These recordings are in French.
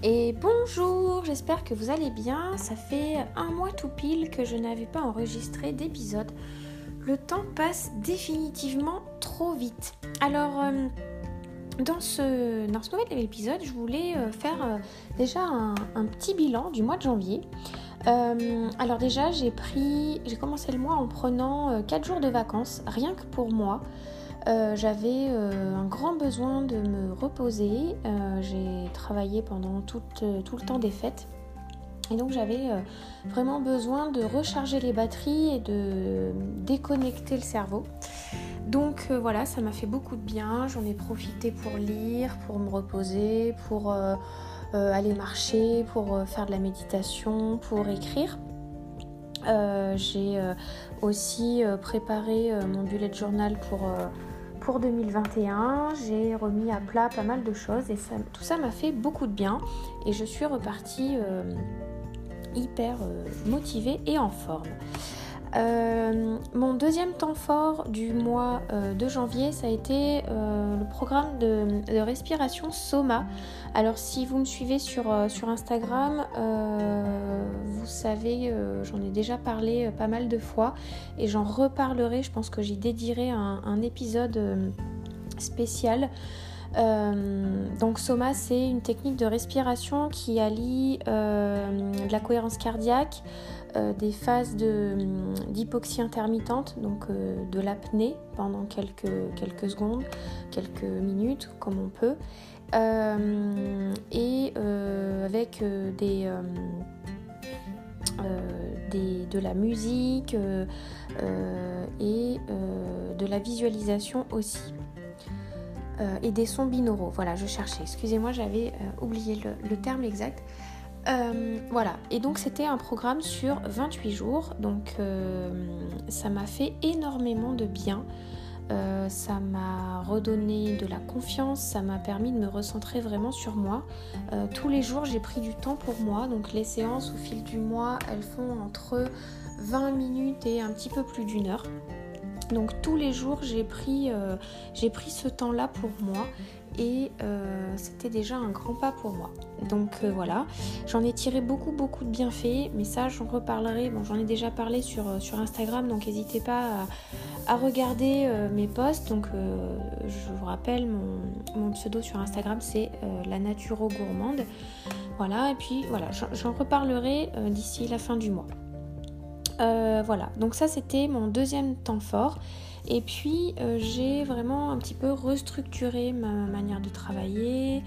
Et bonjour, j'espère que vous allez bien. Ça fait un mois tout pile que je n'avais pas enregistré d'épisode. Le temps passe définitivement trop vite. Alors, dans ce nouvel épisode, je voulais faire déjà un petit bilan du mois de janvier. Alors déjà, j'ai commencé le mois en prenant 4 jours de vacances, rien que pour moi. J'avais un grand besoin de me reposer. J'ai travaillé pendant tout le temps des fêtes. Et donc j'avais vraiment besoin de recharger les batteries et de déconnecter le cerveau. Donc voilà, ça m'a fait beaucoup de bien. J'en ai profité pour lire, pour me reposer, pour aller marcher, pour faire de la méditation, pour écrire. J'ai aussi préparé mon bullet journal pour 2021. J'ai remis à plat pas mal de choses et tout ça m'a fait beaucoup de bien. Et je suis repartie hyper motivée et en forme. Mon deuxième temps fort du mois de janvier, ça a été le programme de respiration Soma. Alors si vous me suivez sur Instagram, vous savez, j'en ai déjà parlé pas mal de fois et j'en reparlerai, je pense que j'y dédierai un épisode spécial. Donc Soma, c'est une technique de respiration qui allie de la cohérence cardiaque, des phases d'hypoxie intermittente, donc de l'apnée pendant quelques secondes, quelques minutes comme on peut, et avec de la musique et de la visualisation aussi. Et des sons binauraux, voilà, je cherchais, excusez-moi, j'avais oublié le terme exact. Voilà, et donc c'était un programme sur 28 jours, donc ça m'a fait énormément de bien. Ça m'a redonné de la confiance, ça m'a permis de me recentrer vraiment sur moi. Tous les jours j'ai pris du temps pour moi, donc les séances au fil du mois, elles font entre 20 minutes et un petit peu plus d'une heure. Donc tous les jours j'ai pris ce temps-là pour moi et c'était déjà un grand pas pour moi. Donc voilà, j'en ai tiré beaucoup de bienfaits, mais ça j'en reparlerai. Bon, j'en ai déjà parlé sur Instagram, donc n'hésitez pas à regarder mes posts. Donc je vous rappelle, mon pseudo sur Instagram c'est la naturo gourmande. Voilà, et puis voilà, j'en reparlerai d'ici la fin du mois. Voilà, donc ça c'était mon deuxième temps fort. Et puis j'ai vraiment un petit peu restructuré ma manière de travailler.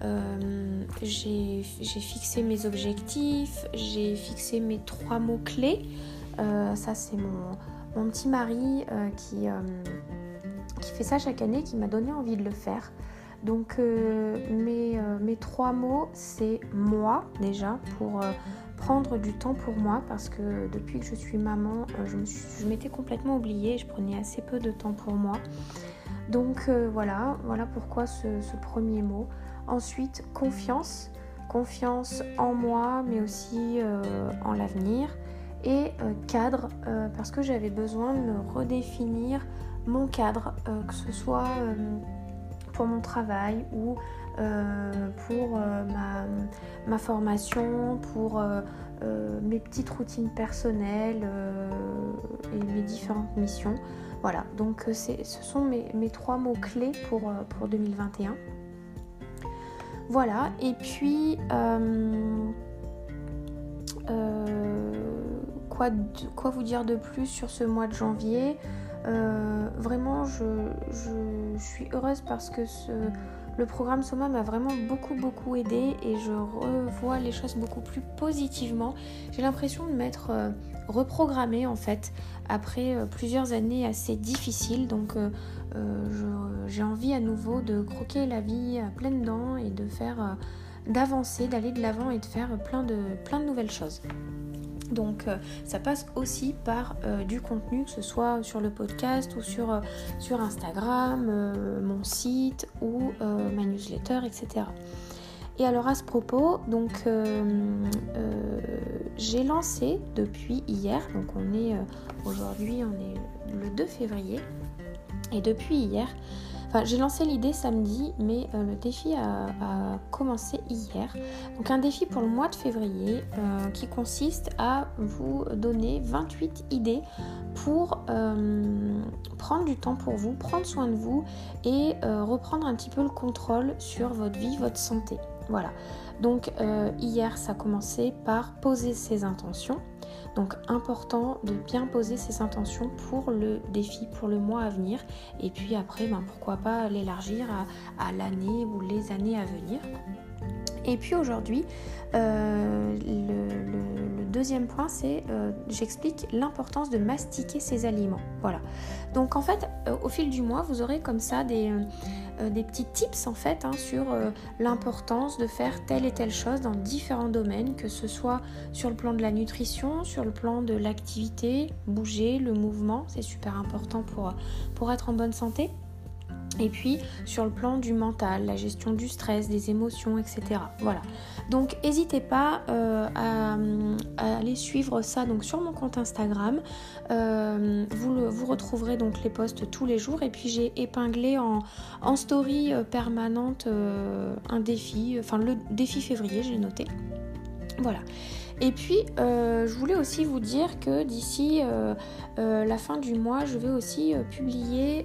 J'ai fixé mes objectifs, j'ai fixé mes 3 mots-clés. Ça c'est mon petit mari qui fait ça chaque année, qui m'a donné envie de le faire. Donc mes 3 mots, c'est moi déjà, pour prendre du temps pour moi, parce que depuis que je suis maman, je m'étais complètement oubliée, je prenais assez peu de temps pour moi. Donc voilà pourquoi ce premier mot. Ensuite, confiance en moi, mais aussi en l'avenir. Et cadre, parce que j'avais besoin de me redéfinir mon cadre, que ce soit pour mon travail ou pour ma formation, pour mes petites routines personnelles et mes différentes missions. Voilà, donc ce sont mes 3 mots-clés pour 2021. Voilà, et puis quoi vous dire de plus sur ce mois de janvier ? Vraiment je suis heureuse parce que le programme Soma m'a vraiment beaucoup aidée et je revois les choses beaucoup plus positivement. J'ai l'impression de m'être reprogrammée en fait après plusieurs années assez difficiles. Donc j'ai envie à nouveau de croquer la vie à pleines dents et d'avancer, d'aller de l'avant et de faire plein de nouvelles choses. Donc ça passe aussi par du contenu, que ce soit sur le podcast ou sur Instagram, mon site ou ma newsletter, etc. Et alors à ce propos, donc j'ai lancé depuis hier, donc aujourd'hui on est le 2 février, et depuis hier, j'ai lancé l'idée samedi, mais le défi a commencé hier. Donc un défi pour le mois de février qui consiste à vous donner 28 idées pour prendre du temps pour vous, prendre soin de vous et reprendre un petit peu le contrôle sur votre vie, votre santé. Voilà. Donc hier, ça a commencé par poser ses intentions. Donc important de bien poser ses intentions pour le défi, pour le mois à venir. Et puis après, pourquoi pas l'élargir à l'année ou les années à venir. Et puis aujourd'hui, le deuxième point, c'est j'explique l'importance de mastiquer ses aliments. Voilà. Donc en fait, au fil du mois, vous aurez comme ça des petits tips en fait sur l'importance de faire telle et telle chose dans différents domaines, que ce soit sur le plan de la nutrition, sur le plan de l'activité, bouger, le mouvement, c'est super important pour être en bonne santé. Et puis sur le plan du mental, la gestion du stress, des émotions, etc. Voilà. Donc n'hésitez pas à aller suivre ça donc, sur mon compte Instagram. Vous retrouverez donc les posts tous les jours. Et puis j'ai épinglé en story permanente un défi, le défi février, j'ai noté. Voilà. Et puis, je voulais aussi vous dire que d'ici la fin du mois, je vais aussi publier...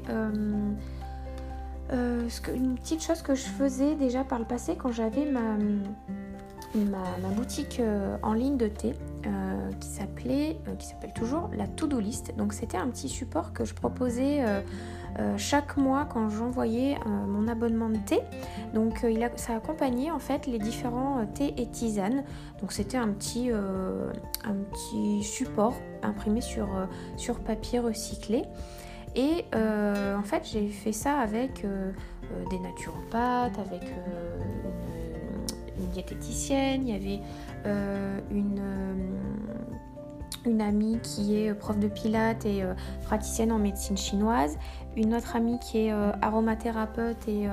une petite chose que je faisais déjà par le passé quand j'avais ma boutique en ligne de thé qui s'appelle toujours la To-Do List. Donc c'était un petit support que je proposais chaque mois quand j'envoyais mon abonnement de thé. Donc ça accompagnait en fait les différents thés et tisanes. Donc c'était un petit support imprimé sur papier recyclé. Et en fait, j'ai fait ça avec des naturopathes, avec une diététicienne. Il y avait une amie qui est prof de pilates et praticienne en médecine chinoise. Une autre amie qui est aromathérapeute et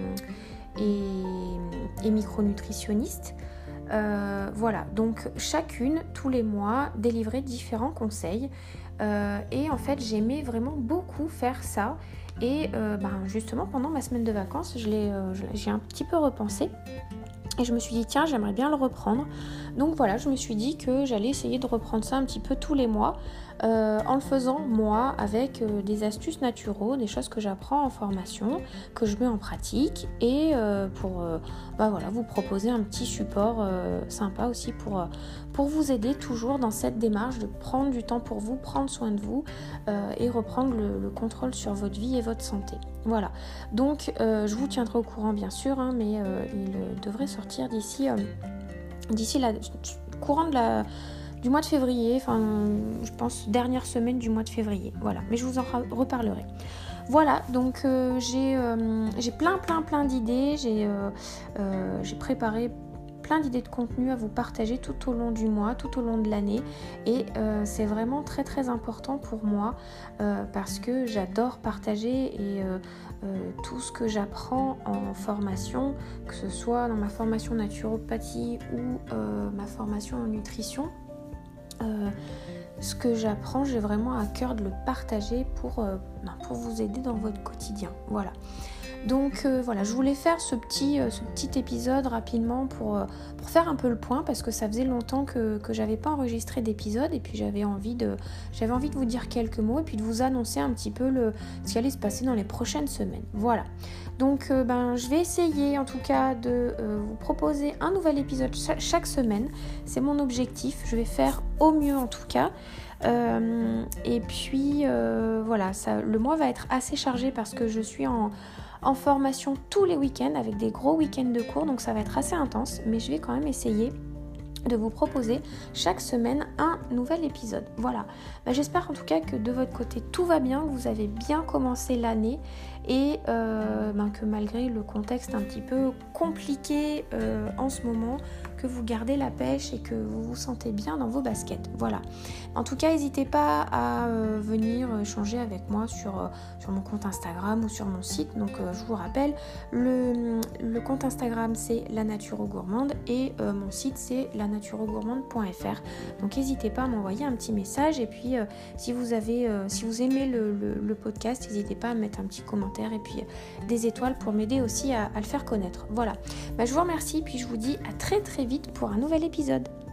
micronutritionniste. Voilà, donc chacune, tous les mois, délivrait différents conseils. Et en fait j'aimais vraiment beaucoup faire ça et justement pendant ma semaine de vacances j'ai un petit peu repensé et je me suis dit tiens j'aimerais bien le reprendre. Donc voilà, je me suis dit que j'allais essayer de reprendre ça un petit peu tous les mois en le faisant moi avec des astuces naturelles, des choses que j'apprends en formation, que je mets en pratique et pour vous proposer un petit support sympa aussi pour vous aider toujours dans cette démarche de prendre du temps pour vous, prendre soin de vous et reprendre le contrôle sur votre vie et votre santé. Voilà, donc je vous tiendrai au courant bien sûr, mais il devrait sortir d'ici la courant du mois de février, je pense dernière semaine du mois de février. Voilà, mais je vous en reparlerai. Voilà, donc j'ai plein d'idées, j'ai préparé plein d'idées de contenu à vous partager tout au long du mois, tout au long de l'année et c'est vraiment très très important pour moi parce que j'adore partager et tout ce que j'apprends en formation, que ce soit dans ma formation naturopathie ou ma formation en nutrition, ce que j'apprends, j'ai vraiment à cœur de le partager pour vous aider dans votre quotidien. Voilà. Donc voilà, je voulais faire ce petit épisode rapidement pour faire un peu le point parce que ça faisait longtemps que j'avais pas enregistré d'épisode et puis j'avais envie de vous dire quelques mots et puis de vous annoncer un petit peu ce qui allait se passer dans les prochaines semaines. Voilà. Donc je vais essayer en tout cas de vous proposer un nouvel épisode chaque semaine. C'est mon objectif. Je vais faire au mieux en tout cas. Et puis voilà, le mois va être assez chargé parce que je suis en formation tous les week-ends avec des gros week-ends de cours, donc ça va être assez intense, mais je vais quand même essayer de vous proposer chaque semaine un nouvel épisode. Voilà, j'espère en tout cas que de votre côté tout va bien, que vous avez bien commencé l'année et que malgré le contexte un petit peu compliqué en ce moment, que vous gardez la pêche et que vous vous sentez bien dans vos baskets. Voilà. En tout cas, n'hésitez pas à venir échanger avec moi sur mon compte Instagram ou sur mon site. Donc je vous rappelle, le compte Instagram c'est La Naturo Gourmande et mon site c'est lanaturogourmande.fr. Donc n'hésitez pas à m'envoyer un petit message et puis si vous aimez le podcast, n'hésitez pas à mettre un petit commentaire et puis des étoiles pour m'aider aussi à le faire connaître. Voilà. Je vous remercie puis je vous dis à très très vite pour un nouvel épisode.